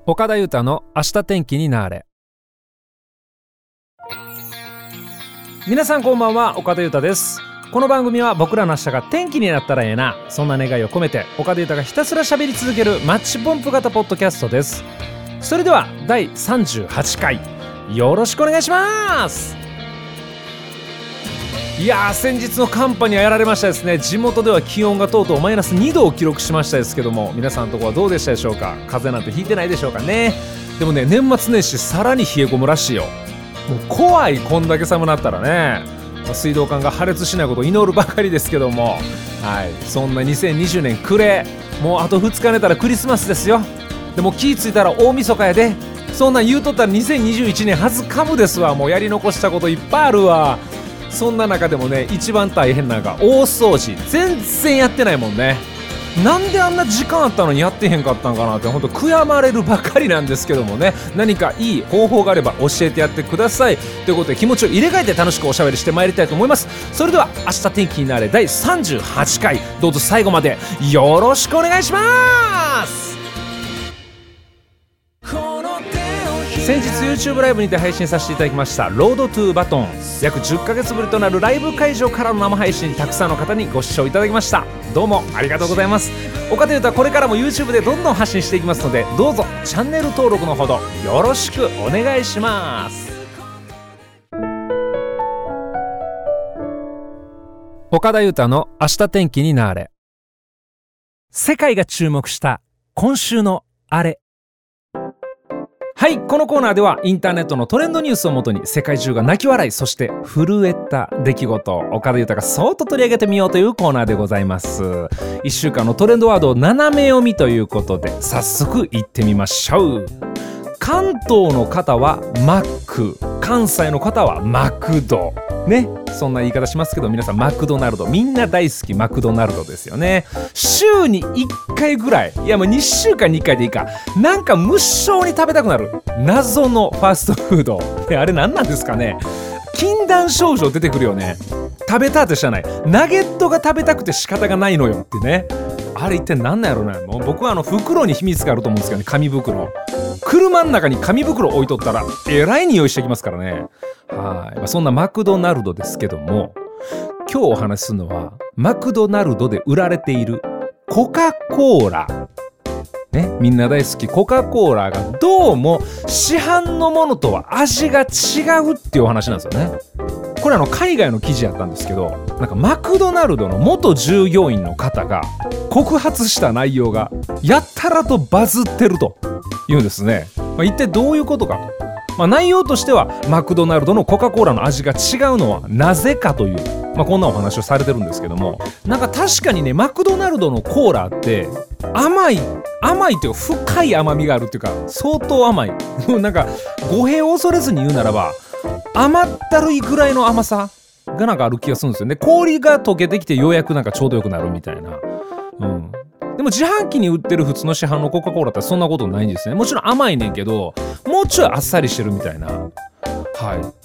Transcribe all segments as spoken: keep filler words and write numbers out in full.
岡田裕太の明日天気になーれ。皆さんこんばんは、岡田裕太です。この番組は僕らの明日が天気になったらええな、そんな願いを込めて岡田裕太がひたすら喋り続けるマッチポンプ型ポッドキャストです。それではだいさんじゅうはちかい、よろしくお願いします。いやー、先日の寒波にはやられましたですね。地元では気温がとうとうマイナスにどを記録しましたですけども、皆さんのところはどうでしたでしょうか。風邪なんてひいてないでしょうかね。でもね、年末年始さらに冷え込むらしいよ。もう怖い、こんだけ寒なったらね。水道管が破裂しないことを祈るばかりですけども、はい、そんなにせんにじゅうねん暮れ、もうあとふつか寝たらクリスマスですよ。でも気ぃついたら大晦日やで。そんなん言うとったらにせんにじゅういちねんはずかむですわ。もうやり残したこといっぱいあるわ。そんな中でもね、一番大変なのが大掃除。全然やってないもんね。なんであんな時間あったのにやってへんかったんかなって本当悔やまれるばかりなんですけどもね、何かいい方法があれば教えてやってくださいということで、気持ちを入れ替えて楽しくおしゃべりしてまいりたいと思います。それでは明日天気になれだいさんじゅうはちかい、どうぞ最後までよろしくお願いします。先日 YouTube ライブにて配信させていただきましたロードトゥーバトン、約じゅっかげつぶりとなるライブ会場からの生配信、たくさんの方にご視聴いただきました。どうもありがとうございます。岡田裕太はこれからも YouTube でどんどん発信していきますので、どうぞチャンネル登録のほどよろしくお願いします。岡田裕太の明日天気になーれ。世界が注目した今週のあれ。はい、このコーナーではインターネットのトレンドニュースをもとに世界中が泣き笑い、そして震えた出来事を岡田裕太がそーっと取り上げてみようというコーナーでございます。いっしゅうかんのトレンドワードを斜め読みということで、早速いってみましょう。関東の方はマック、関西の方はマクドね、そんな言い方しますけど、皆さんマクドナルド、みんな大好きマクドナルドですよね。週にいっかいぐらい、いやもうにしゅうかんにいっかいでいいか、なんか無性に食べたくなる謎のファーストフード、あれ何なんですかね。禁断症状出てくるよね。食べたって知らない、ナゲットが食べたくて仕方がないのよってね。あれ一体何なんやろな。もう僕はあの袋に秘密があると思うんですけどね。紙袋、車の中に紙袋置いとったらえらい匂いしてきますからね。はい、まあ、そんなマクドナルドですけども、今日お話しするのはマクドナルドで売られているコカ・コーラね、みんな大好きコカ・コーラがどうも市販のものとは味が違うっていうお話なんですよね。これあの海外の記事やったんですけど、なんかマクドナルドの元従業員の方が告発した内容がやったらとバズってるというんですね。まあ、一体どういうことか。まあ、内容としてはマクドナルドのコカ・コーラの味が違うのはなぜかという、まあ、こんなお話をされてるんですけども、なんか確かにね、マクドナルドのコーラって甘い甘いというか深い甘みがあるっていうか、相当甘いなんか語弊を恐れずに言うならば、甘ったるいぐらいの甘さがなんかある気がするんですよね。氷が溶けてきてようやくなんかちょうどよくなるみたいな。うん。でも自販機に売ってる普通の市販のコカ・コーラってそんなことないんですね。もちろん甘いねんけど、もうちょいあっさりしてるみたいな。はい。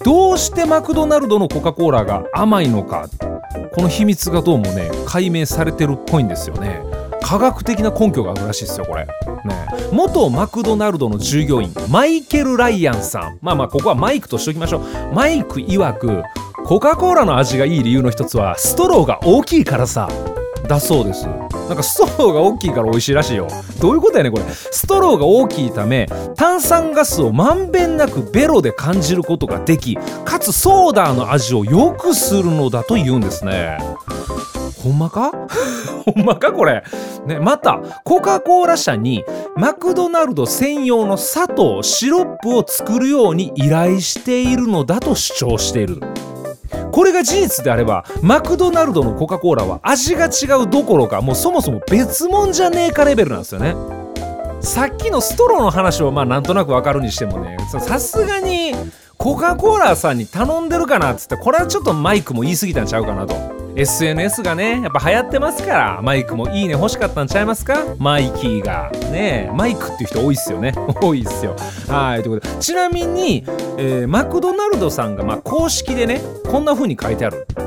どうしてマクドナルドのコカ・コーラが甘いのか、この秘密がどうもね、解明されてるっぽいんですよね。科学的な根拠があるらしいですよこれ、ね、元マクドナルドの従業員マイケル・ライアンさん、まあまあここはマイクとしておきましょう。マイク曰く、コカ・コーラの味がいい理由の一つはストローが大きいからさだそうです。なんかストローが大きいから美味しいらしいよ。どういうことやねんこれ。ストローが大きいため炭酸ガスをまんべんなくベロで感じることができ、かつソーダの味を良くするのだというんですね。ほんまかほんまかこれ、ね、またコカ・コーラ社にマクドナルド専用の砂糖シロップを作るように依頼しているのだと主張している。これが事実であれば、マクドナルドのコカ・コーラは味が違うどころか、もうそもそも別物じゃねえかレベルなんですよね。さっきのストローの話をまあなんとなく分かるにしてもね、さすがにコカ・コーラさんに頼んでるかなっつって、これはちょっとマイクも言い過ぎたんちゃうかなと。エスエヌエス がねやっぱ流行ってますから、マイクもいいね欲しかったんちゃいますか。マイキーがね、マイクっていう人多いっすよね多いっすよ。はい、ということで、ちなみに、えー、マクドナルドさんがまあ公式でねこんな風に書いてある。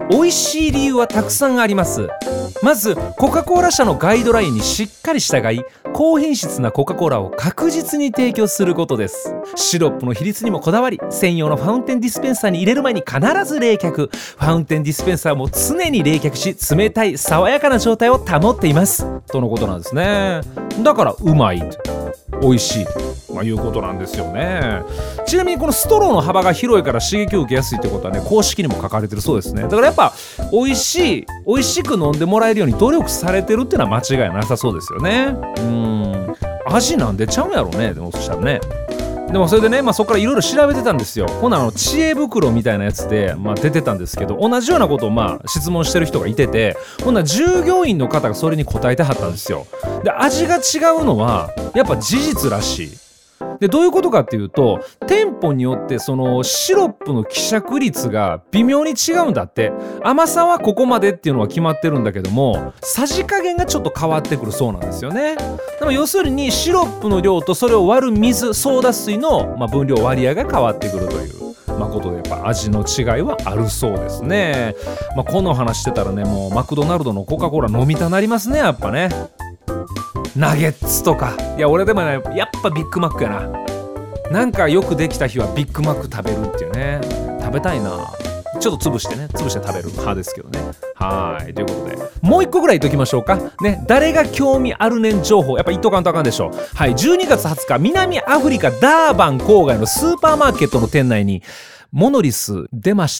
美味しい理由はたくさんあります。まずコカ・コーラ社のガイドラインにしっかり従い、高品質なコカ・コーラを確実に提供することです。シロップの比率にもこだわり、専用のファウンテンディスペンサーに入れる前に必ず冷却。ファウンテンディスペンサーも常に冷却し、冷たい爽やかな状態を保っていますとのことなんですね。だからうまい、美味しい、まあ、いうことなんですよね。ちなみにこのストローの幅が広いから刺激を受けやすいってことはね、公式にも書かれてるそうですね。だからやっぱ美味しい美味しく飲んでもらえるように努力されてるっていうのは間違いなさそうですよね。うーん、味なんでちゃうんやろね。でもそしたらね、でもそれでね、まあ、そこからいろいろ調べてたんですよ。ほなあの知恵袋みたいなやつで、まあ、出てたんですけど、同じようなことをまあ質問してる人がいてて、ほんなら従業員の方がそれに答えてはったんですよ。で、味が違うのはやっぱ事実らしい。で、どういうことかっていうと、店舗によってそのシロップの希釈率が微妙に違うんだって。甘さはここまでっていうのは決まってるんだけども、さじ加減がちょっと変わってくるそうなんですよね。でも要するにシロップの量とそれを割る水、ソーダ水の、まあ、分量割合が変わってくるという、まあ、ことでやっぱ味の違いはあるそうですね。まあ、この話してたらね、もうマクドナルドのコカ・コーラ飲みたなりますね、やっぱね。ナゲッツとか、いや俺でもね、やっぱビッグマックやな。なんかよくできた日はビッグマック食べるっていうね。食べたいな。ちょっと潰してね、潰して食べる派ですけどね。はい、ということでもう一個ぐらい言っときましょうかね。誰が興味あるねん情報、やっぱ言っとかんとあかんでしょ。はい、じゅうにがつはつか、南アフリカダーバン郊外のスーパーマーケットの店内にモノリス出ました。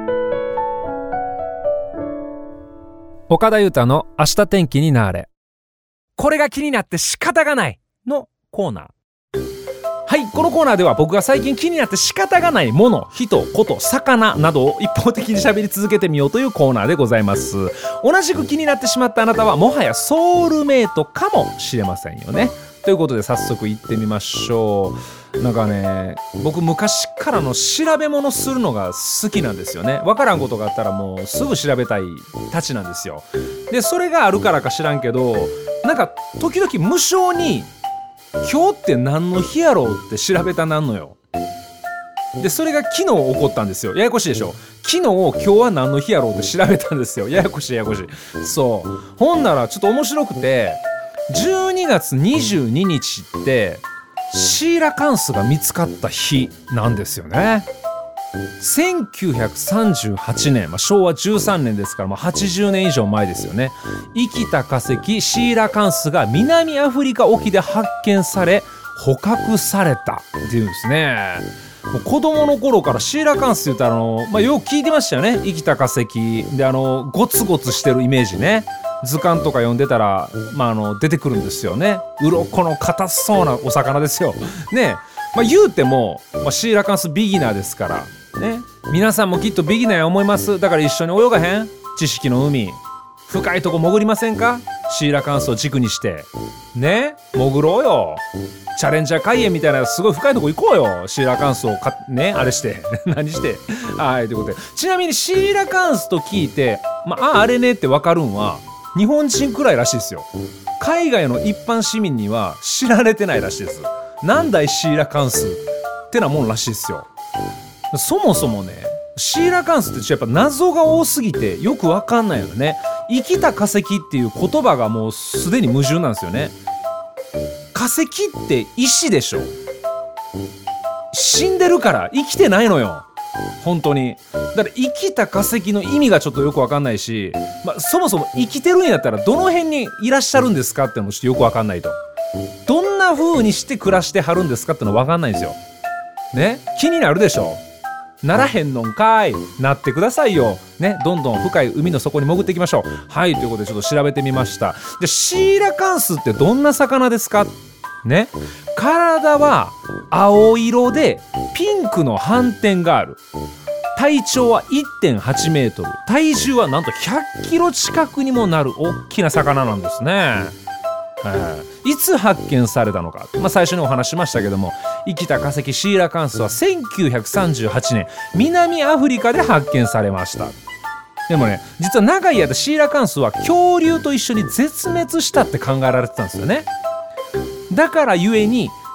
岡田裕太の明日天気になれ。これが気になって仕方がないのコーナー。はい、このコーナーでは僕が最近気になって仕方がないもの、人、こと、魚などを一方的に喋り続けてみようというコーナーでございます。同じく気になってしまったあなたはもはやソウルメイトかもしれませんよね。ということで早速行ってみましょう。なんかね、僕昔からの調べ物するのが好きなんですよね。わからんことがあったらもうすぐ調べたいたちなんですよ。で、それがあるからか知らんけど、なんか時々無性に今日って何の日やろうって調べたなんのよ。で、それが昨日起こったんですよ。ややこしいでしょ。昨日今日は何の日やろうって調べたんですよ。ややこしいややこしい。そう、ほんならちょっと面白くて、じゅうにがつにじゅうににちってシーラカンスが見つかった日なんですよね。せんきゅうひゃくさんじゅうはちねん、まあ、しょうわじゅうさんねんですから、まあ、はちじゅうねん以上前ですよね。生きた化石シーラカンスが南アフリカ沖で発見され捕獲されたっていうんですね。もう子供の頃からシーラカンスって言ったらあの、まあ、よく聞いてましたよね。生きた化石であのゴツゴツしてるイメージね。図鑑とか読んでたら、まあ、あの出てくるんですよね。鱗の硬そうなお魚ですよね。まあ、言うても、まあ、シーラカンスビギナーですからね。皆さんもきっとビギナーや思います。だから一緒に泳がへん？知識の海深いとこ潜りませんか？シーラカンスを軸にしてね、潜ろうよ。チャレンジャー海縁みたいなすごい深いとこ行こうよ。シーラカンスをかねあれして何してはい、ということで、ちなみにシーラカンスと聞いて、まあああれねって分かるんは日本人くらいらしいですよ。海外の一般市民には知られてないらしいです。なんだいシーラカンスってなもんらしいですよ。そもそもね、シーラカンスってやっぱ謎が多すぎてよくわかんないよね。生きた化石っていう言葉がもうすでに矛盾なんですよね。化石って石でしょ。死んでるから生きてないのよ。本当に。だから生きた化石の意味がちょっとよくわかんないし、まあ、そもそも生きてるんやったらどの辺にいらっしゃるんですかってのもちょっとよくわかんないと。どんな風にして暮らしてはるんですかってのわかんないんですよ。ね、気になるでしょ。ならへんのんかい。なってくださいよ。ね、どんどん深い海の底に潜っていきましょう。はい、ということでちょっと調べてみました。で、シーラカンスってどんな魚ですかね。体は青色でピンクの斑点がある。体長は いってんはちメートル、体重はなんとひゃっキロ近くにもなる大きな魚なんですね。いつ発見されたのか、まあ、最初にお話しましたけども、生きた化石シーラカンスはせんきゅうひゃくさんじゅうはちねん南アフリカで発見されました。でもね、実は長い間シーラカンスは恐竜と一緒に絶滅したって考えられてたんですよね。だからゆえに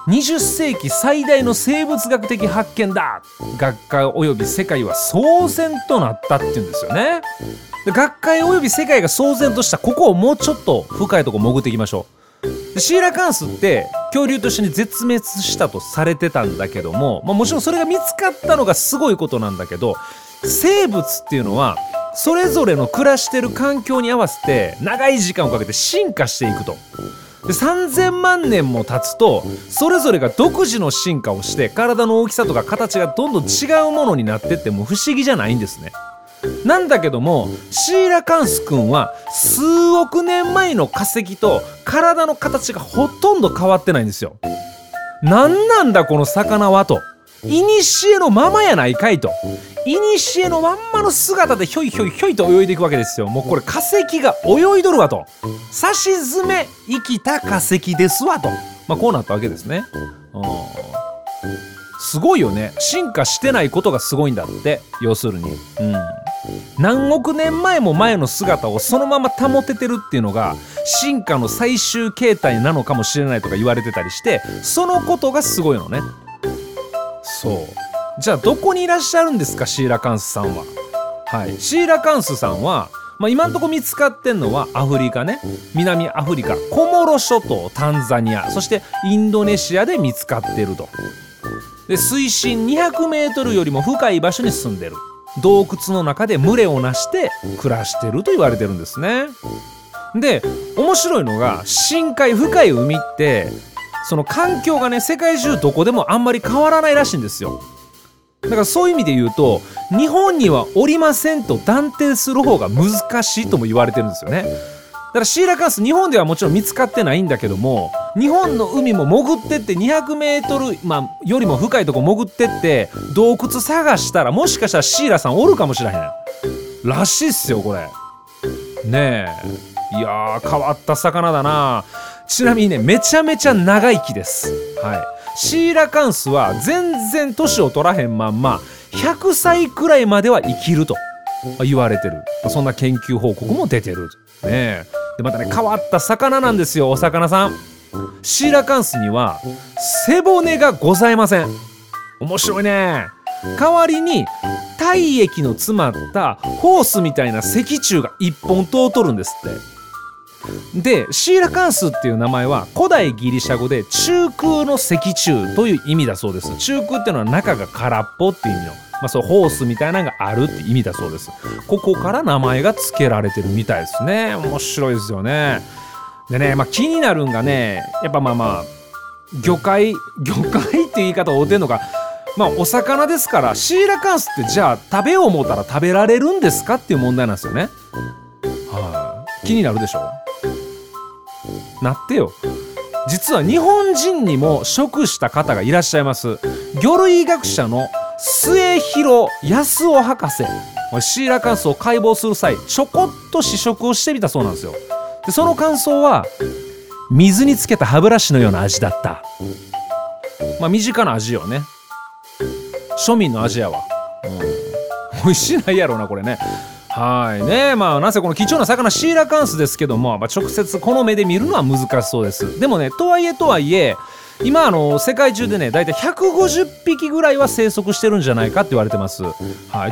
にじゅっせいき最大の生物学的発見だ、学会及び世界は騒然となったっていうんですよね。で学会及び世界が騒然としたここをもうちょっと深いところ潜っていきましょう。でシーラカンスって恐竜と一緒に絶滅したとされてたんだけども、まあ、もちろんそれが見つかったのがすごいことなんだけど、生物っていうのはそれぞれの暮らしてる環境に合わせて長い時間をかけて進化していくと。でさんぜんまんねんも経つとそれぞれが独自の進化をして体の大きさとか形がどんどん違うものになってっても不思議じゃないんですね。なんだけどもシーラカンスくんは数億年前の化石と体の形がほとんど変わってないんですよ。なんなんだこの魚はと、いにしえのままやないかいと、いにしえのまんまの姿でひょいひょいひょいと泳いでいくわけですよ。もうこれ化石が泳いどるわと、さしずめ生きた化石ですわと、まあ、こうなったわけですね。うん、すごいよね。進化してないことがすごいんだって。要するに、うん、何億年前も前の姿をそのまま保ててるっていうのが進化の最終形態なのかもしれないとか言われてたりして、そのことがすごいのね。そうじゃあどこにいらっしゃるんですかシーラカンスさんは。はい、シーラカンスさんは、まあ、今んとこ見つかってんのはアフリカね、南アフリカ、コモロ諸島、タンザニア、そしてインドネシアで見つかってると。で水深にひゃくメートルよりも深い場所に住んでる、洞窟の中で群れをなして暮らしてると言われてるんですね。で面白いのが深海深い海ってその環境がね世界中どこでもあんまり変わらないらしいんですよ。だからそういう意味で言うと日本にはおりませんと断定する方が難しいとも言われてるんですよね。だからシーラカンス日本ではもちろん見つかってないんだけども、日本の海も潜ってってにひゃくメートル、まあ、よりも深いとこ潜ってって洞窟探したらもしかしたらシーラさんおるかもしれへんらしいっすよこれねえ。いやー変わった魚だな。ちなみにねめちゃめちゃ長生きです。はい、シーラカンスは全然年を取らへんまんまひゃくさいくらいまでは生きると言われてる。そんな研究報告も出てるね。でまたね変わった魚なんですよお魚さん。シーラカンスには背骨がございません。面白いね。代わりに体液の詰まったホースみたいな脊柱が一本通っとるんですって。でシーラカンスっていう名前は古代ギリシャ語で中空の脊柱という意味だそうです。中空っていうのは中が空っぽっていう意味の、まあ、そうホースみたいなのがあるって意味だそうです。ここから名前が付けられてるみたいですね。面白いですよね。でね、まあ、気になるんがねやっぱまあまあ魚介魚介っていう言い方を合うてんのか、まあお魚ですからシーラカンスってじゃあ食べよう思ったら食べられるんですかっていう問題なんですよね。はい、気になるでしょ。なってよ。実は日本人にも食した方がいらっしゃいます。魚類学者の末広康夫博士、シーラカンスを解剖する際ちょこっと試食をしてみたそうなんですよ。でその感想は水につけた歯ブラシのような味だった。まあ身近な味よね。庶民の味やわ、うん、美味しいないやろうなこれね。はいね、まあなぜこの貴重な魚シーラカンスですけども、まあ、直接この目で見るのは難しそうです。でもねとはいえとはいえ今あの世界中でねだいたいひゃくごじゅっぴきぐらいは生息してるんじゃないかって言われてます。はい、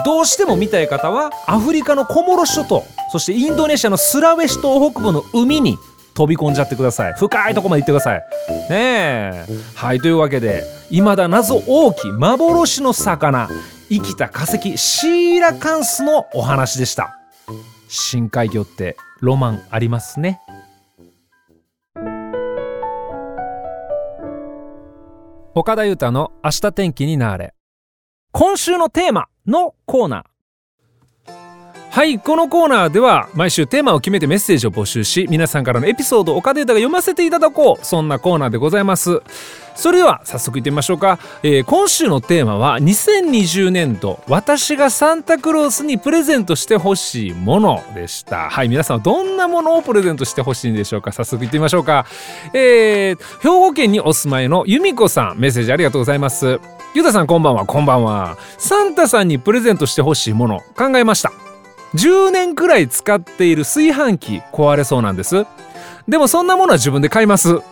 どうしても見たい方はアフリカのコモロ諸島、そしてインドネシアのスラウェシ島北部の海に飛び込んじゃってください。深いとこまで行ってくださいねえ。はい、というわけで未だ謎多き幻の魚生きた化石シーラカンスのお話でした。深海魚ってロマンありますね。岡田裕太の明日天気になれ。今週のテーマのコーナー。はい、このコーナーでは毎週テーマを決めてメッセージを募集し、皆さんからのエピソードを岡田裕太が読ませていただこう、そんなコーナーでございます。それでは早速いってみましょうか。えー、今週のテーマはにせんにじゅうねんど私がサンタクロースにプレゼントしてほしいものでした。はい、皆さんはどんなものをプレゼントしてほしいんでしょうか。早速いってみましょうか。えー、兵庫県にお住まいの由美子さん、メッセージありがとうございます。ゆうたさんこんばんは。こんばんは。サンタさんにプレゼントしてほしいもの考えました。じゅうねんくらい使っている炊飯器壊れそうなんです。でもそんなものは自分で買います。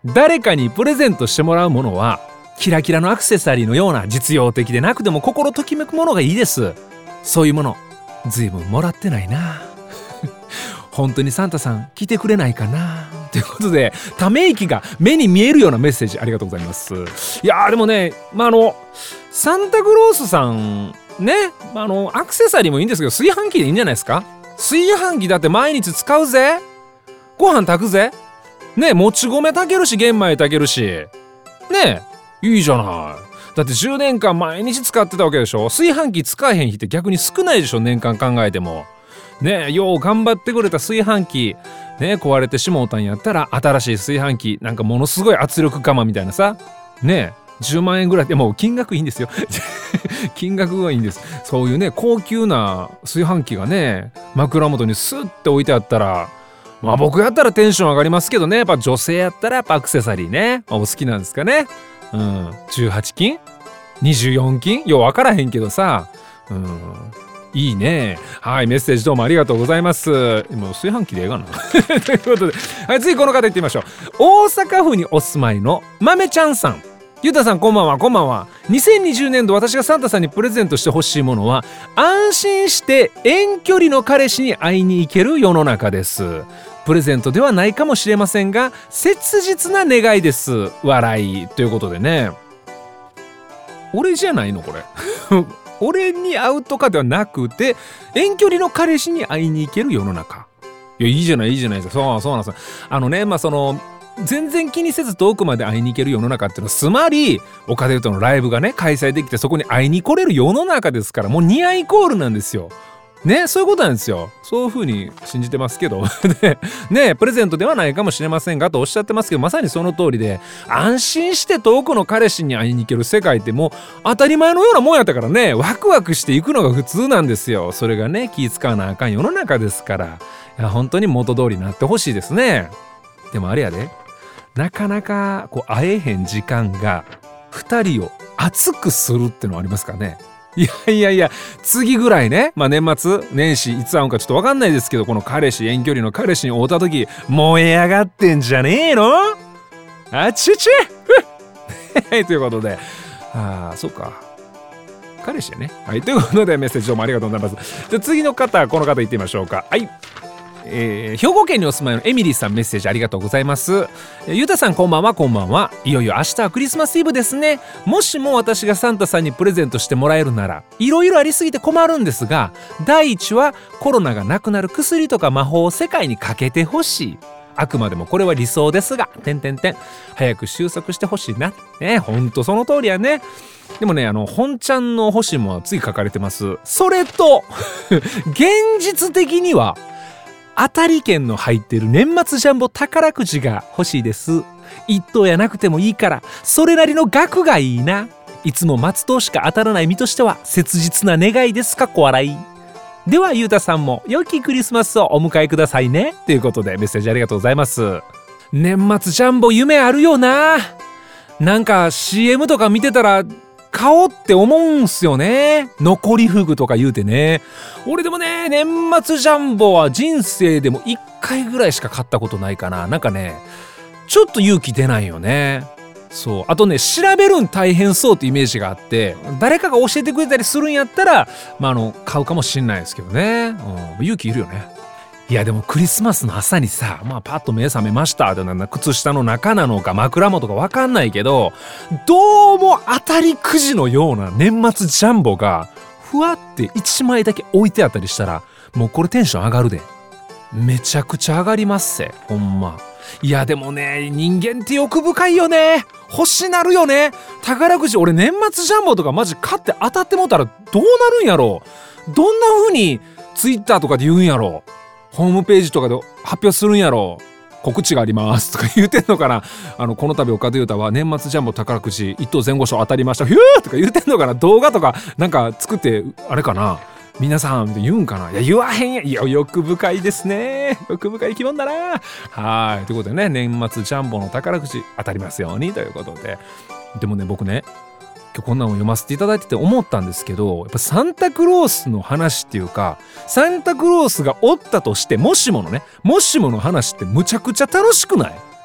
誰かにプレゼントしてもらうものはキラキラのアクセサリーのような実用的でなくても心ときめくものがいいです。そういうものずいぶんもらってないな本当にサンタさん来てくれないかなということで、ため息が目に見えるようなメッセージありがとうございます。いやーでもね、まあ、あのサンタクロースさんね、あのアクセサリーもいいんですけど、炊飯器でいいんじゃないですか。炊飯器だって毎日使うぜ、ご飯炊くぜね、もち米炊けるし玄米炊けるしね、いいじゃない。だってじゅうねんかん毎日使ってたわけでしょ。炊飯器使えへん日って逆に少ないでしょ、年間考えてもね。よう頑張ってくれた炊飯器ね、壊れてしもうたんやったら新しい炊飯器なんかものすごい圧力釜みたいなさね、じゅうまんえんぐらいでもう金額いいんですよ金額はいいんです。そういうね高級な炊飯器がね枕元にスッて置いてあったら、まあ僕やったらテンション上がりますけどね。やっぱ女性やったらやっぱアクセサリーね、まあ、お好きなんですかね。うん、じゅうはちきんにじゅうよんきんよう分からへんけどさ、うんいいね。はい、メッセージどうもありがとうございます。もう炊飯器でええかなということで、はい、次この方行ってみましょう。大阪府にお住まいの豆ちゃんさん。ゆうたさんこんばんは。こんばんは。にせんにじゅうねんど私がサンタさんにプレゼントしてほしいものは、安心して遠距離の彼氏に会いに行ける世の中です。プレゼントではないかもしれませんが切実な願いです。笑いということでね、俺じゃないのこれ俺に会うとかではなくて遠距離の彼氏に会いに行ける世の中。いやいいじゃないいいじゃないですか。そうそうなんですよ。あのねまあその全然気にせず遠くまで会いに行ける世の中っていうのは、つまり岡田優斗のライブがね開催できてそこに会いに来れる世の中ですから、もうニアイコールなんですよね。そういうことなんですよ。そういう風に信じてますけどでね、プレゼントではないかもしれませんがとおっしゃってますけど、まさにその通りで、安心して遠くの彼氏に会いに行ける世界ってもう当たり前のようなもんやったからね、ワクワクしていくのが普通なんですよ。それがね気使わなあかん世の中ですから、いや本当に元通りになってほしいですね。でもあれやで、なかなかこう会えへん時間がふたりを熱くするってのはありますからね。いやいやいや、次ぐらいね、まあ年末年始いつ会うんかちょっと分かんないですけど、この彼氏遠距離の彼氏に会うた時燃え上がってんじゃねえのあちちということで、ああそうか彼氏やね。はい、ということでメッセージどうもありがとうございます。じゃあ次の方、この方行ってみましょうか。はい、えー、兵庫県にお住まいのエミリーさん、メッセージありがとうございます。えー、ゆうたさんこんばんは。こんばんは。いよいよ明日はクリスマスイブですね。もしも私がサンタさんにプレゼントしてもらえるなら、いろいろありすぎて困るんですが、第一はコロナがなくなる薬とか魔法を世界にかけてほしい。あくまでもこれは理想ですが、てんてんてん早く収束してほしいな。ね、ほんとその通りやね。でもね、あの本ちゃんの星も次書かれてます。それと現実的には当たり券の入ってる年末ジャンボ宝くじが欲しいです。一等やなくてもいいからそれなりの額がいいな。いつも松戸しか当たらない身としては切実な願いです。かっこ笑い。ではゆうたさんも良きクリスマスをお迎えくださいね。ということでメッセージありがとうございます。年末ジャンボ夢あるよな。なんか シーエム とか見てたら買おうって思うんすよね。残りフグとか言うてね。俺でもね、年末ジャンボは人生でもいっかいぐらいしか買ったことないかな。なんかねちょっと勇気出ないよね。そう、あとね調べるん大変そうってイメージがあって、誰かが教えてくれたりするんやったら、まあ、あの買うかもしんないですけどね、うん、勇気いるよね。いやでもクリスマスの朝にさ、まあパッと目覚めましたってなんだ、靴下の中なのか枕元か分かんないけど、どうも当たりくじのような年末ジャンボがふわっていちまいだけ置いてあったりしたら、もうこれテンション上がるで。めちゃくちゃ上がりますせ、ほんま。いやでもね、人間って欲深いよね。欲しなるよね。宝くじ俺年末ジャンボとかマジ買って当たってもうたらどうなるんやろ。どんな風にツイッターとかで言うんやろ。ホームページとかで発表するんやろ。告知がありますとか言うてんのかな。あのこの度岡田優太は年末ジャンボ宝くじ一等前後賞当たりましたヒューとか言うてんのかな。動画とかなんか作ってあれかな、皆さんって言うんかな。いや言わへんや。いや欲深いですね。欲深い生き物だな。はいということでね、年末ジャンボの宝くじ当たりますようにということで。でもね僕ね今日こんなのを読ませていただいてて思ったんですけど、やっぱサンタクロースの話っていうか、サンタクロースがおったとしてもしものねもしもの話ってむちゃくちゃ楽しくない？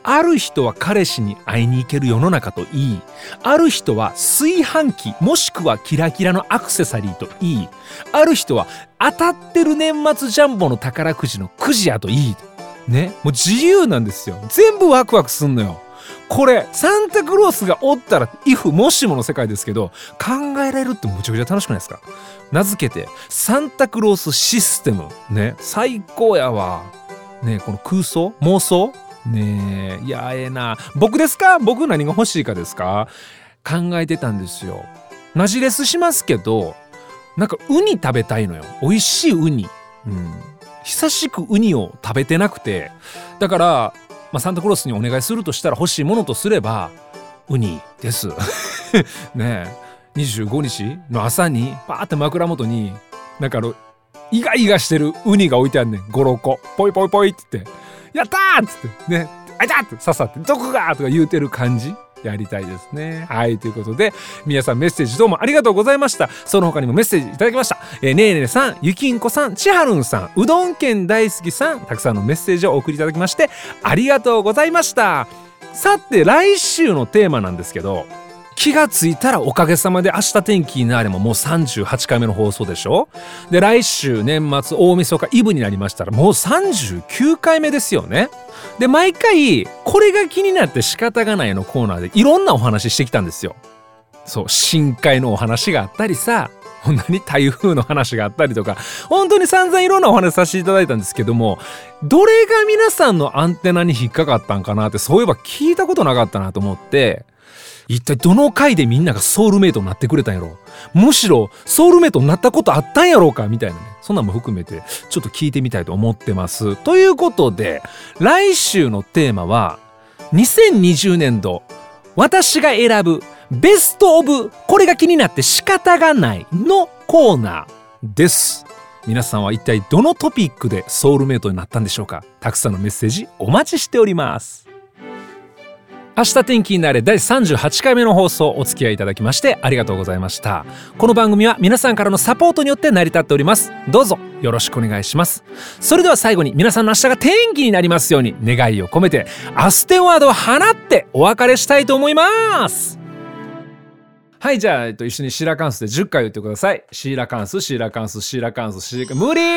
ある人は彼氏に会いに行ける世の中といい、ある人は炊飯器もしくはキラキラのアクセサリーといい、ある人は当たってる年末ジャンボの宝くじのくじやといいね。もう自由なんですよ。全部ワクワクすんのよ。これサンタクロースがおったらイフもしもの世界ですけど、考えられるってむちゃくちゃ楽しくないですか。名付けてサンタクロースシステムね。最高やわね。この空想妄想ねえ、いやええな。僕ですか。僕何が欲しいかですか。考えてたんですよ。マジレスしますけど、なんかウニ食べたいのよ。美味しいウニ、うん、久しくウニを食べてなくて、だから、まあ、サンタクロースにお願いするとしたら欲しいものとすればウニですねえ、にじゅうごにちの朝にパーって枕元になんかあのイガイガしてるウニが置いてあるねん。ごろっこポイポイポイって言って、やったーっつってね、あいたって刺さってどこがとか言うてる感じやりたいですね。はい、ということで皆さんメッセージどうもありがとうございました。その他にもメッセージいただきました。えー、ねえねえさん、ゆきんこさん、ちはるんさん、うどん県大好きさん、たくさんのメッセージをお送りいただきましてありがとうございました。さて来週のテーマなんですけど、気がついたらおかげさまで明日天気になれももうさんじゅうはちかいめの放送でしょ。で来週年末大晦日イブになりましたらもうさんじゅうきゅうかいめですよね。で毎回これが気になって仕方がないのコーナーでいろんなお話してきたんですよ。そう深海のお話があったりさ、ほんなに台風の話があったりとか、本当に散々いろんなお話させていただいたんですけども、どれが皆さんのアンテナに引っかかったんかなって、そういえば聞いたことなかったなと思って、一体どの回でみんながソウルメイトになってくれたんやろ、むしろソウルメイトになったことあったんやろうかみたいなね、そんなのも含めてちょっと聞いてみたいと思ってます。ということで来週のテーマはにせんにじゅうねんど私が選ぶベストオブこれが気になって仕方がないのコーナーです。皆さんは一体どのトピックでソウルメイトになったんでしょうか。たくさんのメッセージお待ちしております。明日天気になれだいさんじゅうはちかいめの放送お付き合いいただきましてありがとうございました。この番組は皆さんからのサポートによって成り立っております。どうぞよろしくお願いします。それでは最後に皆さんの明日が天気になりますように願いを込めてアステワードを放ってお別れしたいと思います。はい、じゃあ、えっと、一緒にシーラカンスでじゅっかい言ってください。シーラカンス、シーラカンス、シーラカンス、シーラカンス、無理。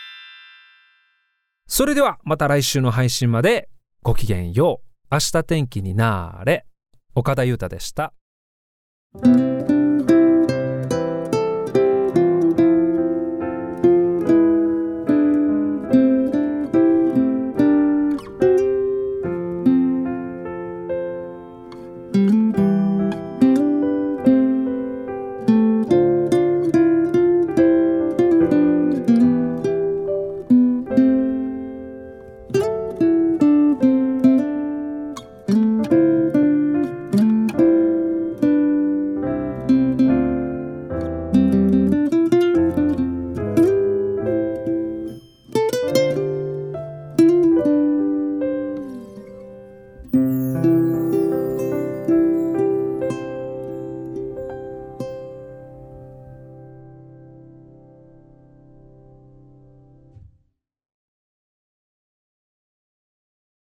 それではまた来週の配信までごきげんよう。明日天気になーれ。岡田裕太でした。